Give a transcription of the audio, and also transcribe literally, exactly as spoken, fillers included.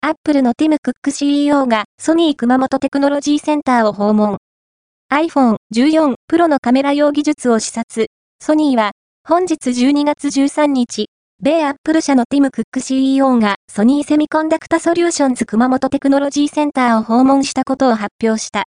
アップルのティム・クック シーイーオー がソニー熊本テクノロジーセンターを訪問。アイフォンじゅうよん Pro のカメラ用技術を視察。ソニーは本日じゅうにがつじゅうさんにち、米アップル社のティム・クック シーイーオー がソニーセミコンダクタソリューションズ熊本テクノロジーセンターを訪問したことを発表した。